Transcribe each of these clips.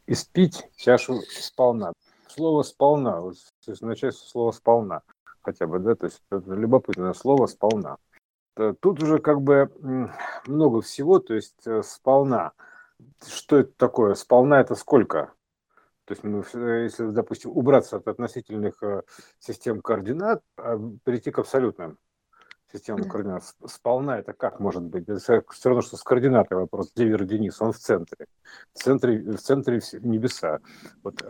испить чашу сполна. Слово сполна, вот, то есть начать со слова сполна хотя бы, да, то есть это любопытное слово сполна. Тут уже как бы много всего, то есть сполна. Что это такое? Сполна это сколько? То есть мы, если, допустим, убраться от относительных систем координат, перейти к абсолютным системам Да. координат, сполна это как может быть? Это все равно, что с координатой вопрос. Где Вера Денис? Он в центре. В центре небеса. Вот,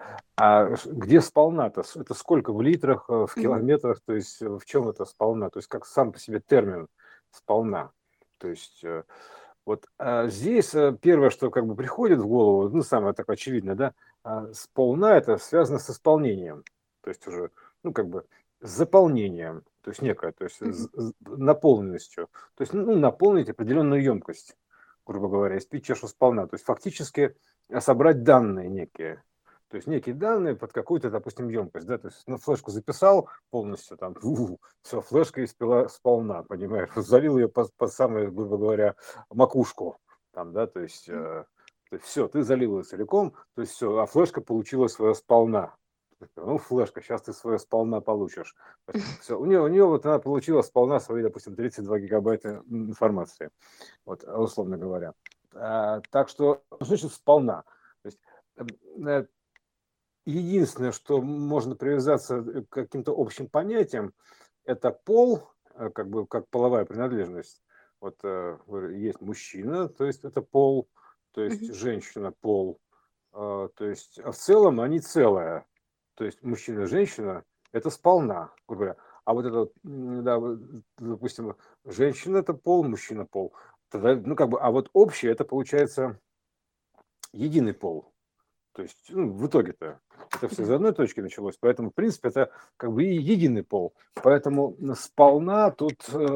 где сполна-то? Это сколько в литрах, в Мгм. километрах? То есть в чем это сполна? То есть как сам по себе термин сполна. То есть вот здесь первое, что как бы приходит в голову, ну, самое такое очевидное, да, сполна это связано с исполнением. То есть уже, ну, как бы с заполнением, то есть некое, то есть Мгм. наполненностью. То есть, ну, наполнить определенную емкость, грубо говоря, испить чашу сполна. То есть фактически собрать данные некие. То есть некие данные под какую-то, допустим, емкость. Да? То есть на флешку записал полностью, там, все, флешка испила сполна, понимаешь, залил ее по самой, грубо говоря, макушку. Там, да, то есть все, ты залил ее целиком, то есть все, а флешка получила свое сполна. Ну, флешка, сейчас ты свое сполна получишь. Все, у нее вот она получила сполна свои, допустим, 32 гигабайта информации, вот, условно говоря. Так что, что значит сполна? То есть, э, единственное, что можно привязаться к каким-то общим понятиям, это пол, как бы как половая принадлежность. Вот есть мужчина, то есть это пол, то есть Мгм. женщина пол, то есть, в целом они целое. То есть мужчина и женщина это сполна, грубо говоря. А вот это, да, вот, допустим, женщина это пол, мужчина пол. Тогда, ну, как бы, а вот общее это получается единый пол. То есть, ну, в итоге-то это все из Да. одной точки началось, поэтому, в принципе, это как бы и единый пол. Поэтому сполна тут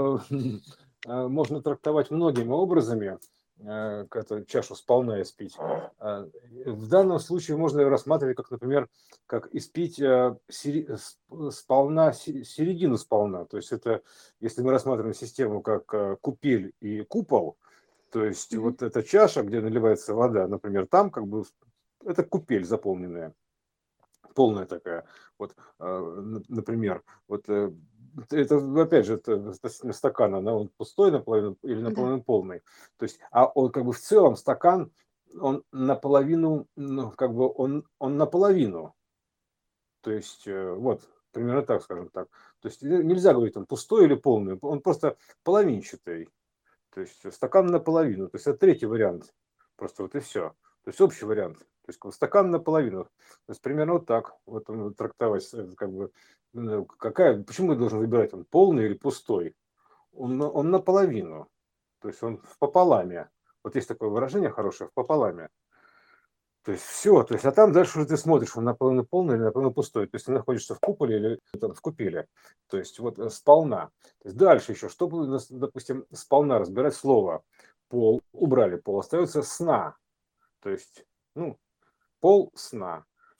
можно трактовать многими образами, эту чашу сполна испить. В данном случае можно ее рассматривать как, например, как испить сполна, середину сполна. То есть это, если мы рассматриваем систему как купель и купол, то есть Мгм. вот эта чаша, где наливается вода, например, там как бы это купель заполненная, полная такая. Вот, например, вот это опять же это стакан, она он пустой наполовину или Да. наполовину полный. То есть, а он как бы в целом стакан, он наполовину, ну, как бы он наполовину. То есть, вот, примерно так, скажем так. То есть нельзя говорить, он пустой или полный, он просто половинчатый. То есть стакан наполовину. То есть это третий вариант. Просто вот и все. То есть общий вариант. То есть стакан наполовину. То есть примерно вот так. Вот он трактовать как бы какая, почему я должен выбирать, он полный или пустой? Он наполовину. То есть он в пополаме. Вот есть такое выражение хорошее, в пополаме. То есть все, то есть, а там дальше уже ты смотришь, он наполовину полный или наполовину пустой. То есть ты находишься в куполе или там, в купеле. То есть вот сполна. То есть дальше еще, чтобы, допустим, сполна разбирать слово пол, убрали пол, остается сна. То есть, ну, пол сна.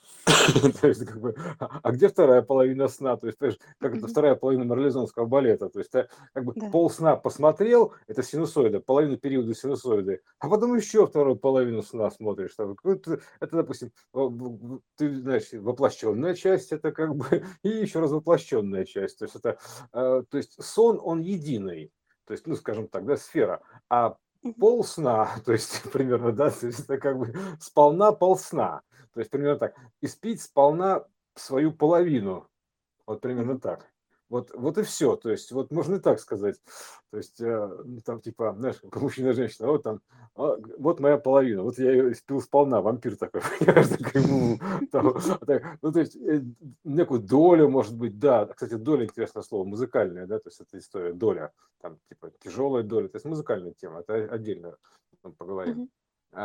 То есть, как бы, а где вторая половина сна? То есть, понимаешь, как это Мгм. вторая половина марлезонского балета. То есть, как бы Да. пол сна посмотрел, это синусоида, половину периода синусоиды, а потом еще вторую половину сна смотришь. Там, это, допустим, ты знаешь, воплощенная часть, это как бы, и еще раз воплощенная часть. То есть, то есть сон, он единый. То есть, ну, скажем так, да, сфера. А Мгм. полсна, то есть примерно, да, то есть это как бы сполна полсна. То есть примерно так испить сполна свою половину. Вот примерно Мгм. так. Вот и все. То есть вот можно и так сказать. То есть ну, там типа, знаешь, как мужчина и женщина, вот там, вот моя половина, вот я ее испил сполна, вампир такой, понимаешь, такой, там, ну то есть некую долю, может быть, да. Кстати, доля интересное слово, музыкальная, да, то есть это история, доля, там типа тяжелая доля, то есть музыкальная тема, это отдельно поговорим. Мгм.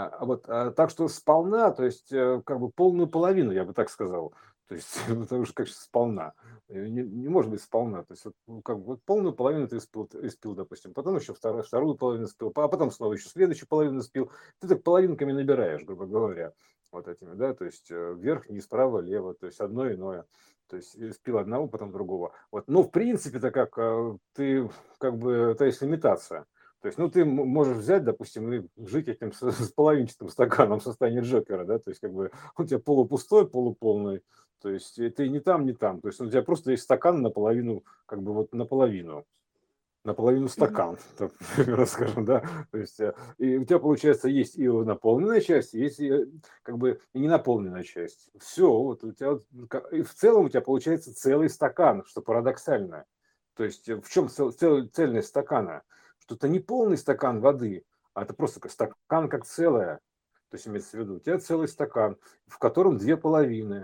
Так что сполна, то есть как бы полную половину, я бы так сказал. То есть, потому что как же сполна. Не может быть сполна. То есть, вот, ну, как бы, вот полную половину ты испил, допустим, потом еще вторую половину испил, а потом снова еще следующую половину испил. Ты так половинками набираешь, грубо говоря, вот этими, да, то есть вверх, вниз, справа, лево, то есть одно иное. То есть испил одного, потом другого. Вот. Но в принципе-то как ты, как бы, это есть имитация. То есть, ну, ты можешь взять, допустим, и жить этим с половинчатым стаканом в состоянии Джокера, да, то есть, как бы, он у тебя полупустой, полуполный, то есть, ты ни там, ни там, то есть, у тебя просто есть стакан наполовину, как бы, вот наполовину Мгм. стакан, так, примерно скажем, да, то есть, и у тебя, получается, есть и наполненная часть, есть и, как бы, и ненаполненная часть. Все, вот у тебя, вот, и в целом у тебя получается целый стакан, что парадоксально. То есть, в чем цельность стакана? Что это не полный стакан воды, а это просто стакан как целое. То есть, имеется в виду, у тебя целый стакан, в котором две половины.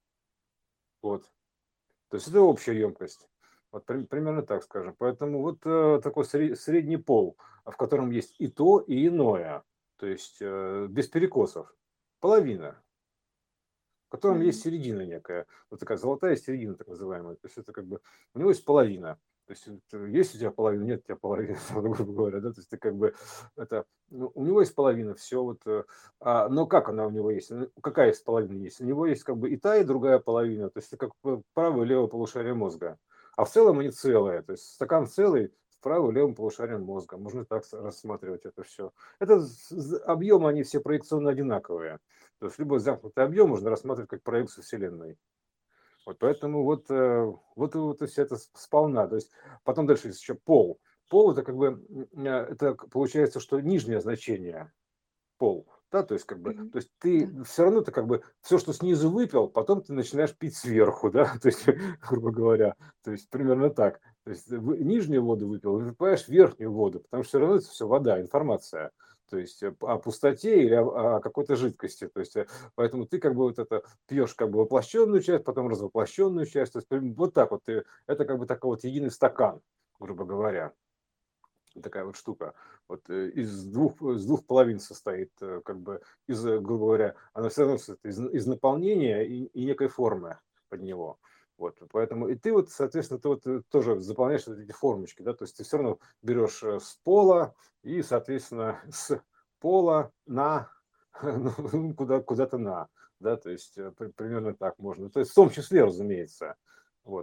Вот. То есть это общая емкость. Вот примерно так скажем. Поэтому вот такой средний пол, в котором есть и то, и иное. То есть без перекосов. Половина. В котором есть Мгм. середина некая. Вот такая золотая середина, так называемая. То есть это как бы у него есть половина. То есть есть у тебя половина, нет у тебя половины, грубо говоря, да, то есть ты как бы это, ну, у него есть половина, все вот, но как она у него есть? Ну, какая из половины есть? У него есть как бы и та, и другая половина, то есть это как правое и левое полушарие мозга. А в целом они целые, то есть стакан целый с правым и левым полушарием мозга. Можно так рассматривать это все. Это объемы, они все проекционно одинаковые. То есть любой замкнутый объем можно рассматривать как проекцию Вселенной. Вот поэтому вот и все это сполна. То есть потом дальше есть еще пол. Пол это как бы это получается, что нижнее значение пол. Да, то есть, как бы, Мгм. то есть ты Да. все равно ты как бы все, что снизу выпил, потом ты начинаешь пить сверху, да, то есть, грубо говоря, то есть примерно так. То есть нижнюю воду выпил, выпиваешь верхнюю воду, потому что все равно это все вода, информация. То есть о пустоте или о какой-то жидкости. То есть поэтому ты как бы вот это пьешь как бы воплощенную часть, потом развоплощенную часть. То есть вот так вот ты, это как бы такой вот единый стакан, грубо говоря, такая вот штука. Вот из двух половин состоит, как бы, грубо говоря, она все равно состоит из наполнения и некой формы под него. Вот, поэтому и ты вот, соответственно, ты вот тоже заполняешь вот эти формочки, да, то есть ты все равно берешь с пола и, соответственно, с пола на ну, куда-то да, то есть примерно так можно. То есть в том числе, разумеется. Вот.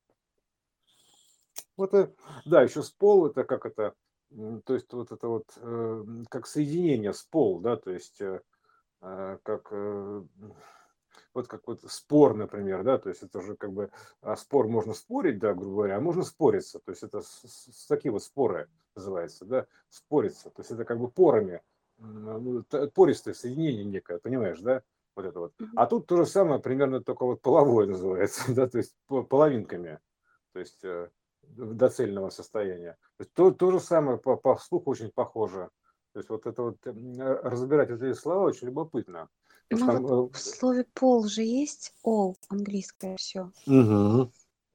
Вот, да, еще с пол это как это, то есть вот это вот как соединение с пол, да, то есть как вот как вот спор, например, да, то есть это уже как бы спор можно спорить, да, грубо говоря, а можно спориться, то есть это такие вот споры называется, да, спориться, то есть это как бы порами, ну, пористое соединение некое, понимаешь, да, вот это вот. Мгм. А тут то же самое, примерно только вот половое называется, да, то есть половинками, то есть до цельного состояния. То есть то же самое по слуху очень похоже. То есть вот это вот разбирать вот эти слова очень любопытно. Потому что Ну там вот в слове пол же есть all, английское все. мгм.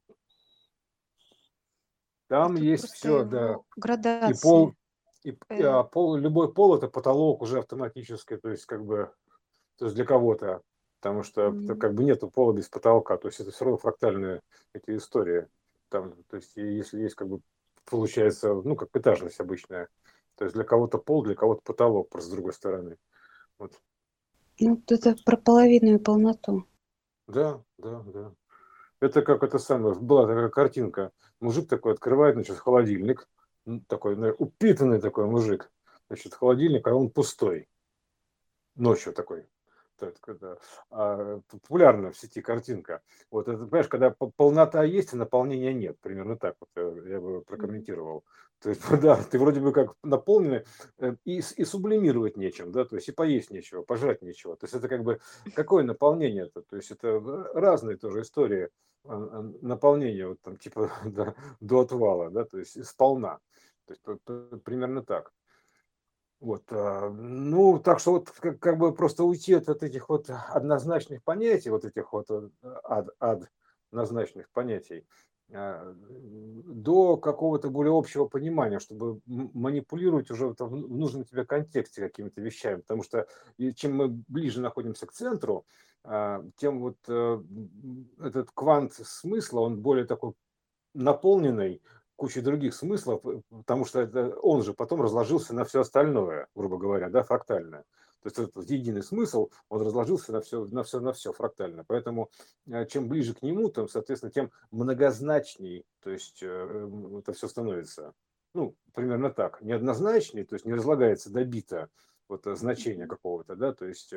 И Там тут есть просто все, да. его И пол, градации. а пол, любой пол это потолок уже автоматически, то есть как бы, то есть для кого-то, потому что М. как бы нету пола без потолка, то есть это все равно фрактальные эти истории. Там, то есть если есть как бы получается, ну как этажность обычная, то есть для кого-то пол, для кого-то потолок, просто с другой стороны. Вот. Ну, вот это про половинную полноту. Да, да, да. Это как это самое, была такая картинка. Мужик такой открывает, значит, холодильник. Такой, наверное, упитанный такой мужик. Значит, холодильник, а он пустой. Ночью такой. Так, это, популярная в сети картинка. Вот это, понимаешь, когда полнота есть, а наполнения нет. Примерно так вот я бы Мгм. прокомментировал. То есть, да, ты вроде бы как наполненный, и сублимировать нечем, да, то есть и поесть нечего, пожрать нечего. То есть это как бы какое наполнение это? То есть это разные тоже истории наполнения, вот там типа до отвала, да, то есть сполна. То есть примерно так. Вот, ну, так что вот как бы просто уйти от этих вот однозначных понятий, вот этих вот однозначных понятий, до какого-то более общего понимания, чтобы манипулировать уже вот в нужном тебе контексте какими-то вещами. Потому что чем мы ближе находимся к центру, тем вот этот квант смысла, он более такой наполненный кучей других смыслов, потому что он же потом разложился на все остальное, грубо говоря, да, фрактально. То есть этот единый смысл, он разложился на все фрактально. Поэтому чем ближе к нему, тем, соответственно, тем многозначней, то есть это все становится. ну, примерно так, неоднозначный, то есть не разлагается до бита вот значения Мгм. какого-то, да, то есть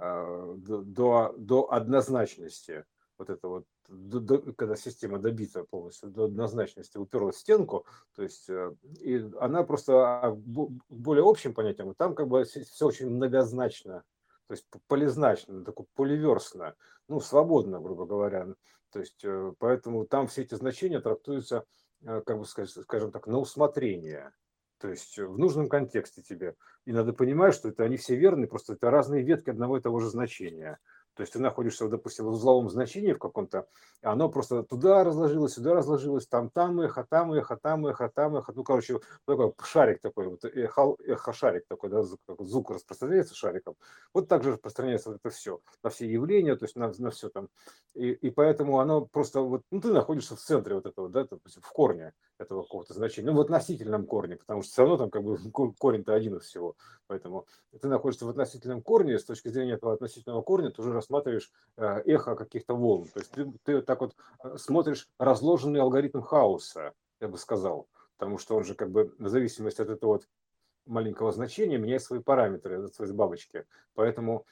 до однозначности, вот это вот, когда система добита полностью до однозначности, уперлась в стенку, то есть и она просто более общим понятием, вот там как бы все очень многозначно, то есть полизначно, такое поливерсно, ну, свободно, грубо говоря. То есть поэтому там все эти значения трактуются как бы сказать, скажем так, на усмотрение. То есть в нужном контексте тебе. И надо понимать, что это они все верны, просто это разные ветки одного и того же значения. То есть ты находишься, допустим, в узловом значении в каком-то, а оно просто туда разложилось, там эхо, там эхо, там эхо, там эхо. Ну, короче, такой шарик такой, вот эхо-шарик такой, да, звук распространяется шариком. Вот так же распространяется вот это все, на все явления, то есть на все там. И поэтому оно просто, вот, ну, ты находишься в центре вот этого, да, допустим, в корне этого какого-то значения, ну, в относительном корне, потому что все равно там как бы корень-то один из всего. Поэтому ты находишься в относительном корне, с точки зрения этого относительного корня ты уже рассматриваешь эхо каких-то волн. То есть ты так вот смотришь разложенный алгоритм хаоса, я бы сказал, потому что он же как бы в зависимости от этого вот маленького значения меняет свои параметры, свои бабочки. Поэтому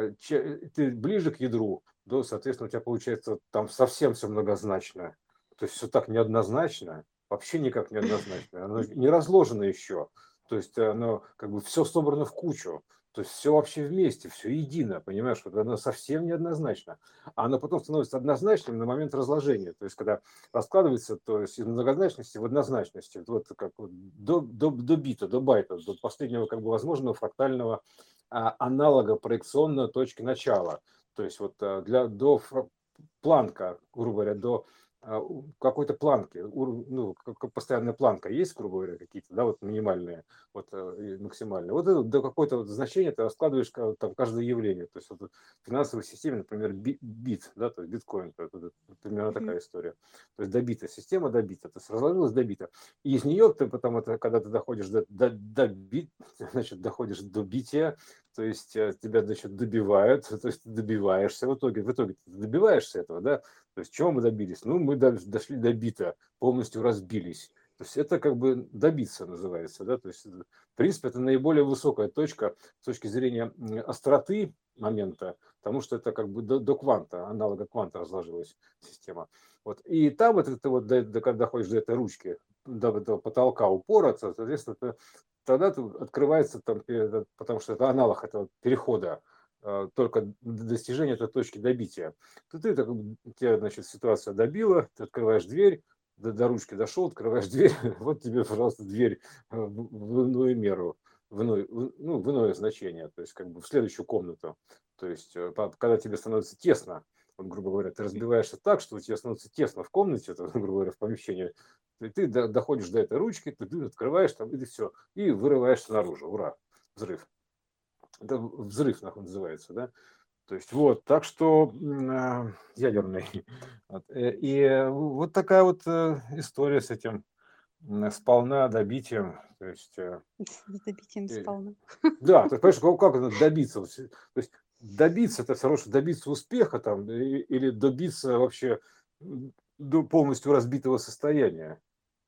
ты ближе к ядру, то, соответственно, у тебя получается там совсем все многозначно. То есть все так неоднозначно, вообще никак неоднозначно. Оно не разложено еще. То есть оно как бы все собрано в кучу. То есть все вообще вместе, все едино, понимаешь, вот оно совсем неоднозначно. А оно потом становится однозначным на момент разложения. То есть когда раскладывается, то есть из многозначности в однозначности, вот как вот до бита, до байта, до последнего как бы возможного фрактального аналога проекционной точки начала. То есть вот до планка, грубо говоря, до какой-то планки, ну, как постоянная планка есть, грубо говоря, какие-то, да, вот минимальные, вот и максимальные. Вот это, до какого-то вот значения ты раскладываешь там каждое явление. То есть вот в финансовой системе, например, бит, да, то есть биткоин, это примерно Мгм. такая история. То есть добита, система добита, то есть разложилась добита. И из нее ты потом, это, когда ты доходишь значит, доходишь до бития, то есть тебя, значит, добивают, то есть ты добиваешься в итоге ты добиваешься этого, да, то есть чего мы добились? Ну, мы дошли до бита, полностью разбились. То есть это как бы добиться называется, да, то есть в принципе это наиболее высокая точка с точки зрения остроты момента, потому что это как бы до кванта, аналога кванта разложилась система. Вот. И там вот ты вот когда доходишь до этой ручки, до этого потолка упора, соответственно, тогда открывается там, потому что это аналог этого перехода, только достижения этой точки добития. Тебя, значит, ситуация добила, ты открываешь дверь, до ручки дошел, открываешь дверь, вот тебе, пожалуйста, дверь в иную меру, ну, в иное значение, то есть как бы в следующую комнату. То есть когда тебе становится тесно, вот, грубо говоря, ты разбиваешься так, что тебе становится тесно в комнате, это, грубо говоря, в помещении, и ты доходишь до этой ручки, ты открываешь там, и все, и вырываешься наружу. Ура! Взрыв. Это взрыв, нахуй называется, да? То есть вот, так что ядерный. Вот, и вот такая вот история с этим сполна добитием. То есть, С добитием сполна. да, то есть, понимаешь, как это добиться? То есть добиться, это все равно, что добиться успеха там, или добиться вообще до полностью разбитого состояния.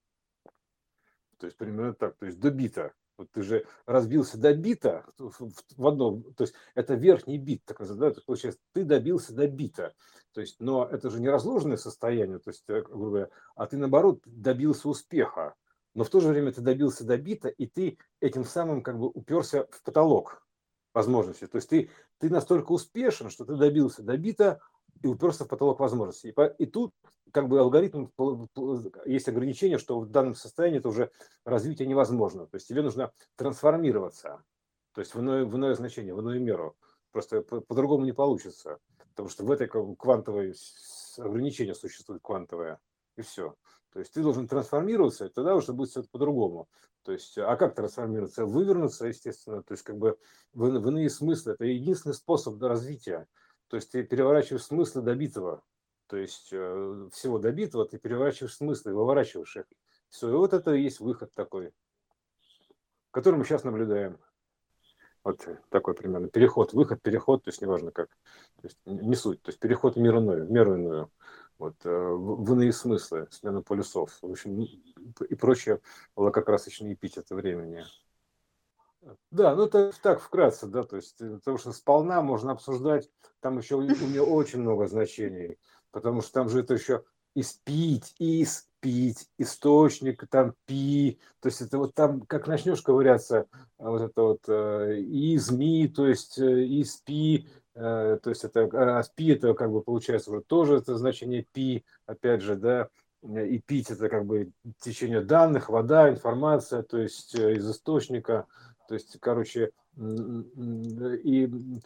То есть примерно так, то есть до бита. Вот ты же разбился до бита в одном, то есть это верхний бит, так называемый, да, получается, ты добился до бита. То есть, но это же не разложенное состояние, то есть, грубо говоря, а ты наоборот добился успеха. Но в то же время ты добился до бита, и ты этим самым как бы уперся в потолок возможностей. То есть ты настолько успешен, что ты добился до бита и уперся в потолок возможностей. И тут как бы алгоритм, есть ограничение, что в данном состоянии это уже развитие невозможно. То есть тебе нужно трансформироваться, то есть в иное значение, в иную меру. Просто по-другому не получится, потому что в этой как бы квантовой ограничение существует квантовое, и все. То есть ты должен трансформироваться, и тогда уже будет все по-другому. То есть, а как трансформироваться? Вывернуться, естественно, то есть как бы в иные смыслы. Это единственный способ развития. То есть ты переворачиваешь смыслы добитого, то есть всего добитого, ты переворачиваешь смыслы, выворачиваешь их. Все, и вот это и есть выход такой, который мы сейчас наблюдаем. Вот такой примерно переход, выход, переход, то есть неважно как, то есть не суть, то есть переход в мир иной, в меру иную. Вот, в иные смыслы, смена полюсов, в общем, и прочие лакокрасочные эпитеты времени. Да, ну это так вкратце, да, то есть, потому что сполна можно обсуждать, там еще у нее очень много значений, потому что там же это еще испить, источник, там пи, то есть это вот там, как начнешь ковыряться, вот это вот изми, то есть испи, то есть это пи, это как бы получается вот тоже это значение пи, опять же, да, и пить это как бы течение данных, вода, информация, то есть из источника, то есть, короче, и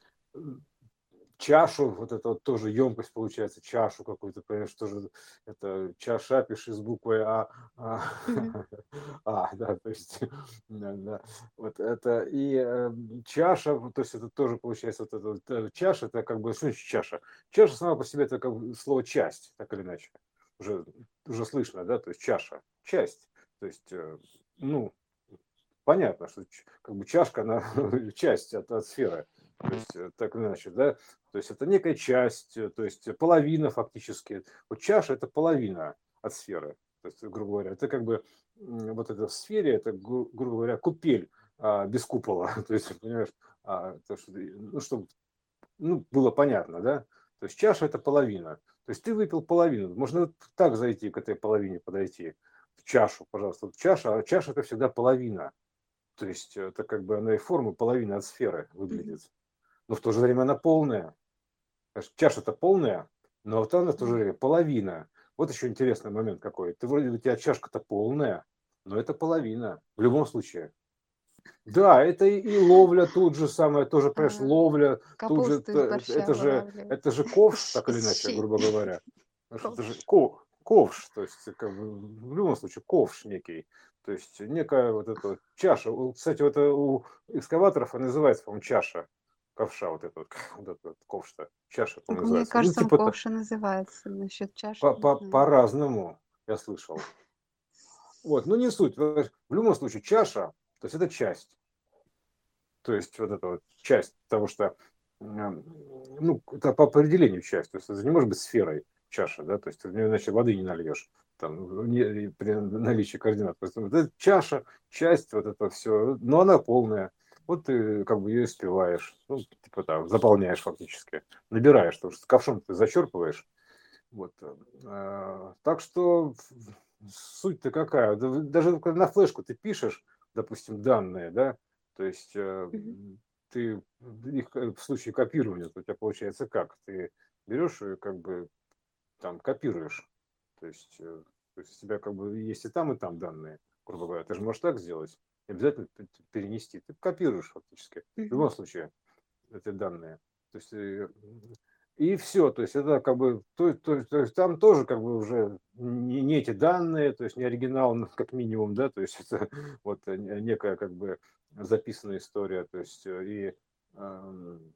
чашу, вот это вот тоже емкость получается, чашу какую-то, понимаешь, тоже это чаша, пиши с буквой а, Мгм. да, то есть, да, вот это, и чаша, то есть это тоже получается, вот это вот, чаша, это как бы, что значит чаша? Чаша сама по себе, это как бы слово часть, так или иначе, уже, уже слышно, да, то есть чаша, часть, то есть, ну, понятно, что как бы чашка, она часть от сферы, то есть так или иначе, да, то есть это некая часть, то есть половина фактически. Вот чаша это половина от сферы, то есть, грубо говоря, это как бы вот это в сфере, это, грубо говоря, купель без купола, то есть, понимаешь, то, что, ну, чтобы ну, было понятно, да, то есть чаша это половина, то есть ты выпил половину, можно вот так зайти к этой половине, подойти, в чашу, пожалуйста, вот чаша, а чаша это всегда половина, то есть это как бы она и форма половины от сферы Мгм. выглядит. Но в то же время она полная. Чаша-то полная, но вот она в то же М. время половина. Вот еще интересный момент какой. Ты вроде у тебя чашка-то полная, но это половина. В любом случае. Да, это и ловля тут же самое, тоже, понимаешь, А, ловля, тут же, Капусту из борща вылавливать. это же ковш, так или иначе, Щи. грубо говоря. Потому что это же Ковш. ковш, то есть, как бы, в любом случае, ковш некий. То есть, некая вот эта вот чаша. Кстати, вот это у экскаваторов и называется, по-моему, чаша. Ковша, вот этот вот, вот этот вот ковш-то. Чаша, Так по-моему, мне называется. Ну, кажется, он типа ковш и называется. Насчет чаши не знаю. по-разному, я слышал. Вот, ну не суть. В любом случае, чаша, то есть это часть. То есть вот эта вот часть, потому что, ну, это по определению часть, то есть это не может быть сферой чаша, да, то есть ты в нее иначе воды не нальешь там, при наличии координат. То есть вот эта чаша, часть, вот это все, но она полная. Вот ты как бы ее испиваешь, ну, типа там, заполняешь фактически, набираешь, потому что ковшом ты зачерпываешь. Вот. Так что суть-то какая? Даже на флешку ты пишешь, допустим, данные, да, то есть Мгм. ты их в случае копирования, то у тебя получается как? Ты берешь и как бы там копируешь. То есть, то есть у тебя как бы есть и там данные, грубо говоря. Ты же можешь так сделать, не обязательно перенести. Ты копируешь фактически. В Мгм. любом случае эти данные. То есть, и все, то есть это как бы, то есть там тоже как бы уже не эти данные, то есть не оригинал, ну, как минимум, да, то есть это вот некая как бы записанная история, то есть эм,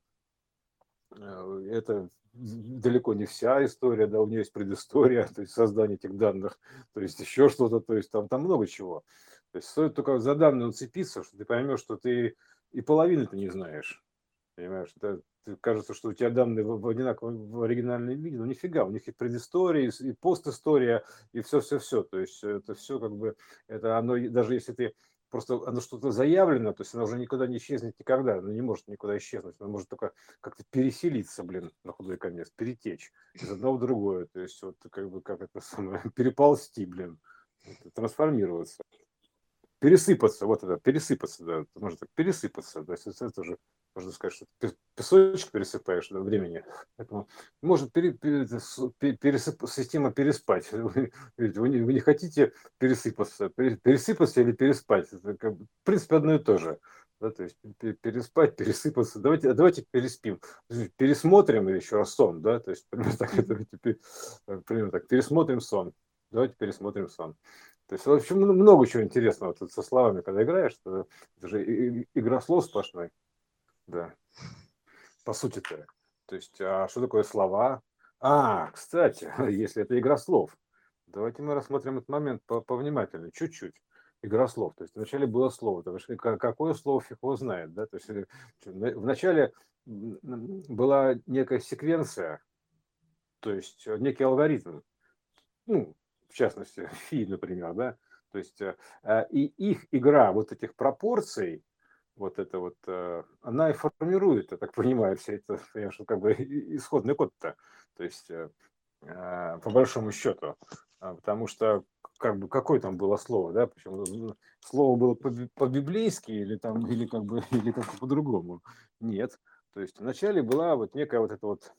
это далеко не вся история, да, у нее есть предыстория, то есть создание этих данных, то есть еще что-то, то есть там много чего. То есть стоит только за данные уцепиться, что ты поймешь, что ты и половины ты не знаешь. Понимаешь, кажется, что у тебя данные в одинаковом в оригинальном виде, но нифига, у них и предыстория, и постистория, и все-все-все. То есть это все как бы, это оно, даже если ты просто, оно что-то заявлено, то есть оно уже никуда не исчезнет никогда, оно не может никуда исчезнуть, оно может только как-то переселиться, блин, на худой конец, перетечь из одного в другое, то есть вот как бы, как это самое, переползти, блин, это трансформироваться. Пересыпаться, вот это, пересыпаться, да, можно так, пересыпаться, то есть это уже, можно сказать, что песочек пересыпаешь, да, времени, поэтому может система переспать, вы не хотите пересыпаться, пересыпаться или переспать, это как бы, в принципе, одно и то же, да, то есть переспать, пересыпаться, давайте переспим, пересмотрим еще раз сон, да, то есть примерно так, Мгм. примерно так, пересмотрим сон, давайте пересмотрим сон. То есть, в общем, много чего интересного тут со словами, когда играешь, что это же игра слов сплошной, да, по сути-то. То есть, а что такое слова? Кстати, если это игра слов, давайте мы рассмотрим этот момент повнимательнее, чуть-чуть. Игра слов. То есть вначале было слово. То есть, какое слово фиг его знает, да? То есть вначале была некая секвенция, то есть некий алгоритм, ну, в частности, фи, например, да, то есть и их игра вот этих пропорций, вот это вот, она и формирует, я так понимаю, все это, конечно, как бы исходный код-то, то есть по большому счету, потому что как бы какое там было слово, да, причем слово было по-библейски или там, или как бы, или как-то по-другому, нет, то есть вначале была вот некая вот эта вот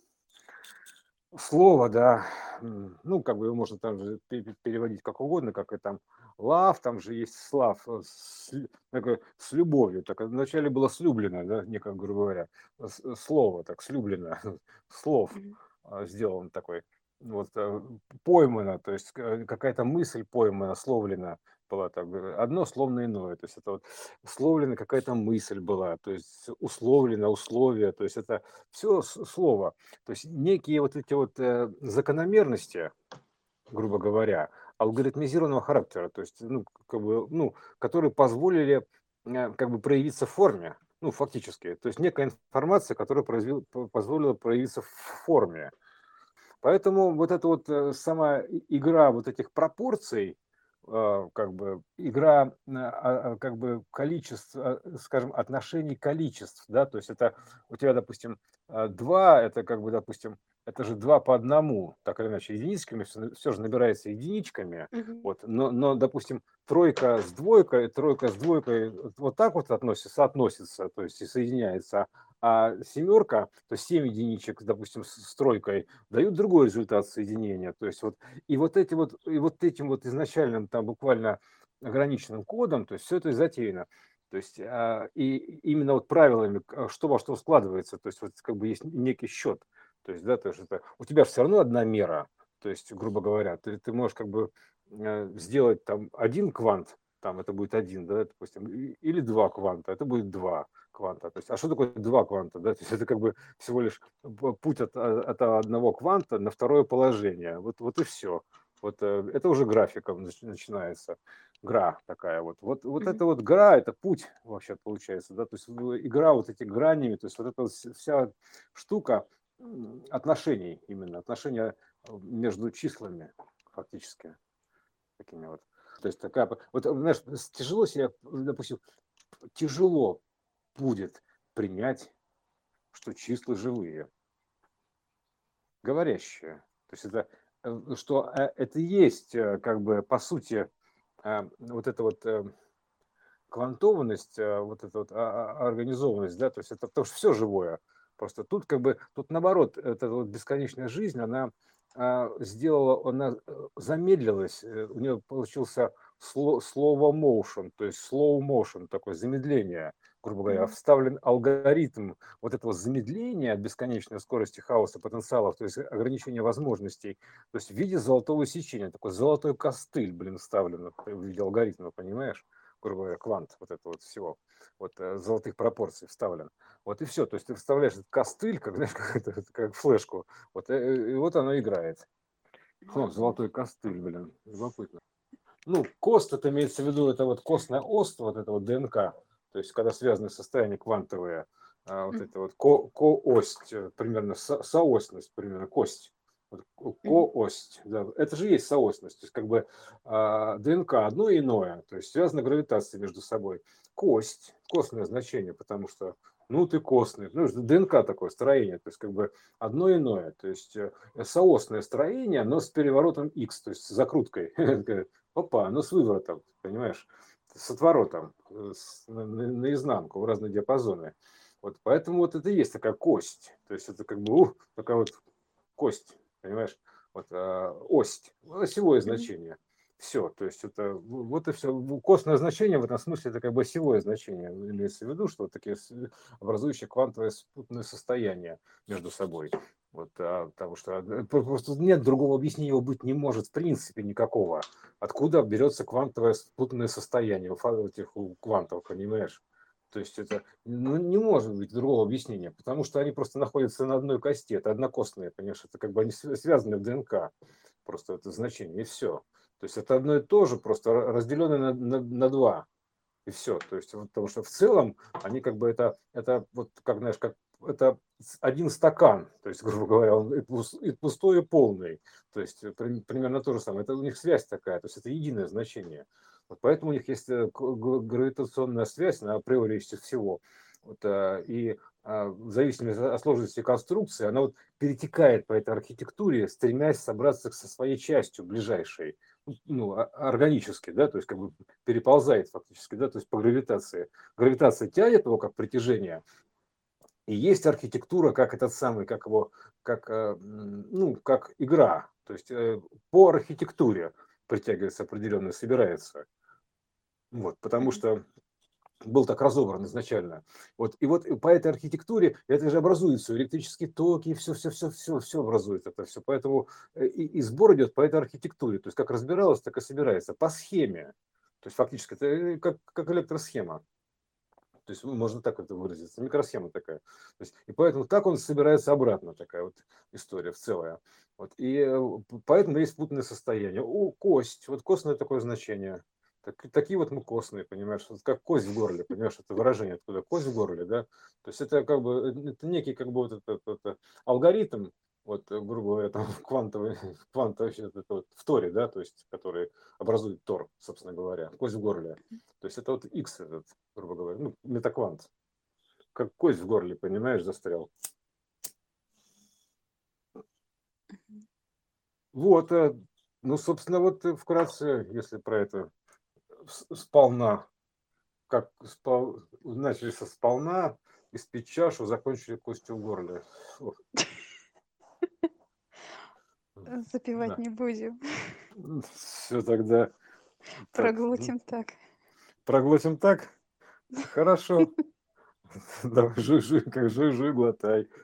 слово, да, ну, как бы его можно там же переводить как угодно, как и там love, там же есть слав, такое, с любовью. Так вначале было слюблено, да, некое, грубо говоря, слово, так, слюблено, слов Мгм. сделан такой, вот, поймано, то есть какая-то мысль поймана, словлена была так, одно словно иное, то есть это вот словлена какая-то мысль была, то есть условлено, условие, то есть это все слово. То есть некие вот эти вот закономерности, грубо говоря, алгоритмизированного характера, то есть, ну, как бы, ну, которые позволили как бы проявиться в форме, ну, фактически. То есть некая информация, которая позволила проявиться в форме. Поэтому вот эта вот сама игра вот этих пропорций, как бы игра как бы количество, скажем, отношений количеств, да, то есть это у тебя, допустим, 2, это как бы, допустим, это же 2 по одному, так или иначе, единичками, все же набирается единичками, Мгм. вот, но, допустим, тройка с двойкой вот так вот соотносится, то есть и соединяется, а семерка, то есть 7 единичек, допустим, с тройкой, дают другой результат соединения. То есть вот и вот эти вот и вот этим вот изначальным там буквально ограниченным кодом, то есть все это и затеяно. То есть и именно вот правилами, что во что складывается, то есть вот как бы есть некий счет. То есть, да, то есть это, у тебя же все равно одна мера, то есть, грубо говоря, ты можешь как бы сделать там один квант, там это будет один, да, допустим, или два кванта, это будет два кванта. То есть, а что такое два кванта? Да? То есть это как бы всего лишь путь от одного кванта на второе положение. Вот и все. Вот это уже графиком начинается. Гра такая вот. Вот Мгм. это вот гра, это путь вообще получается. Да? То есть игра вот эти гранями, то есть вот эта вот вся штука отношений именно, отношения между числами фактически такими вот. То есть такая, вот знаешь, тяжело себе, допустим, тяжело будет принять, что числа живые, говорящие. То есть это, что это и есть как бы по сути вот эта вот квантованность, вот эта вот организованность, да, то есть это потому что все живое. Просто тут как бы, тут наоборот, эта вот бесконечная жизнь, она сделала, она замедлилась, у нее получился слово motion, то есть slow motion, такое замедление, грубо говоря, Мгм. вставлен алгоритм вот этого замедления от бесконечной скорости хаоса потенциалов, то есть ограничения возможностей, то есть в виде золотого сечения, такой золотой костыль, блин, вставлен в виде алгоритма, понимаешь? Грубо говоря, квант вот этого вот всего, вот золотых пропорций вставлен. Вот и все. То есть ты вставляешь этот костыль, как, знаешь, как флешку, вот, и вот оно играет. Золотой костыль, блин, любопытно. Ну, кост, это имеется в виду, это вот костная ост, вот это вот ДНК, то есть когда связаны состояния квантовые, вот Мгм. это вот ко-ось, примерно соосность, примерно кость. Вот Мгм. ко-ось, да, это же есть соосность, то есть как бы ДНК одно и иное, то есть связана гравитация между собой. Кость, костное значение, потому что, ну, ты костный, ну, ДНК такое строение, то есть как бы одно иное, то есть соосное строение, но с переворотом X, то есть с закруткой. Опа, ну с выворотом, понимаешь, с отворотом, наизнанку, в разные диапазоны. Вот поэтому вот это и есть такая кость. То есть это как бы такая вот кость, понимаешь, вот ось, осевое Мгм. значение. Все, то есть это вот и все. Костное значение в этом смысле это как бы осевое значение. Имеется в виду, что вот такие образующие квантовое спутанное состояние между собой. Вот, потому что просто нет другого объяснения, его быть не может в принципе никакого. Откуда берется квантовое спутанное состояние у этих у квантов, понимаешь? То есть это ну, не может быть другого объяснения, потому что они просто находятся на одной кости, это однокостные, понимаешь, это как бы они связаны в ДНК, просто это значение, и все. То есть это одно и то же, просто разделенное на два, и все. То есть, вот, потому что в целом они как бы это вот как, знаешь, как это один стакан, то есть, грубо говоря, он и пустой, и полный. То есть примерно то же самое. Это у них связь такая, то есть это единое значение. Вот поэтому у них есть гравитационная связь на априори всего. Вот, и в зависимости от сложности конструкции, она вот перетекает по этой архитектуре, стремясь собраться со своей частью ближайшей, ну, органически, да, то есть как бы переползает фактически, да, то есть по гравитации. Гравитация тянет его как притяжение, и есть архитектура, как этот самый, как его, как, ну, как игра. То есть по архитектуре притягивается определенно, собирается. Вот, потому Мгм. что был так разобран изначально. Вот, и вот по этой архитектуре это же образуется электрические токи, все образует это все. Поэтому и сбор идет по этой архитектуре. То есть как разбиралось, так и собирается. По схеме. То есть фактически это как электросхема. То есть можно так это выразиться, микросхема такая. То есть, и поэтому так он собирается обратно, такая вот история в целая. Вот, и поэтому есть путное состояние. Кость, вот костное такое значение. Такие вот мы костные, понимаешь, вот как кость в горле, понимаешь, это выражение откуда, кость в горле, да. То есть это как бы, это некий как бы вот это алгоритм, вот, грубо говоря, там квантовый это вот, в Торе, да, то есть, который образует Тор, собственно говоря, кость в горле. То есть это вот X этот, грубо говоря, ну, метаквант. Как кость в горле, понимаешь, застрял. Мгм. Вот, ну, собственно, вот вкратце, если про это сполна, как начали со сполна, испить чашу, закончили костью в горле. Запивать Да. не будем. Все тогда так, Проглотим так. проглотим так. Хорошо. Давай жуй, жуй, как жуй, жуй, глотай.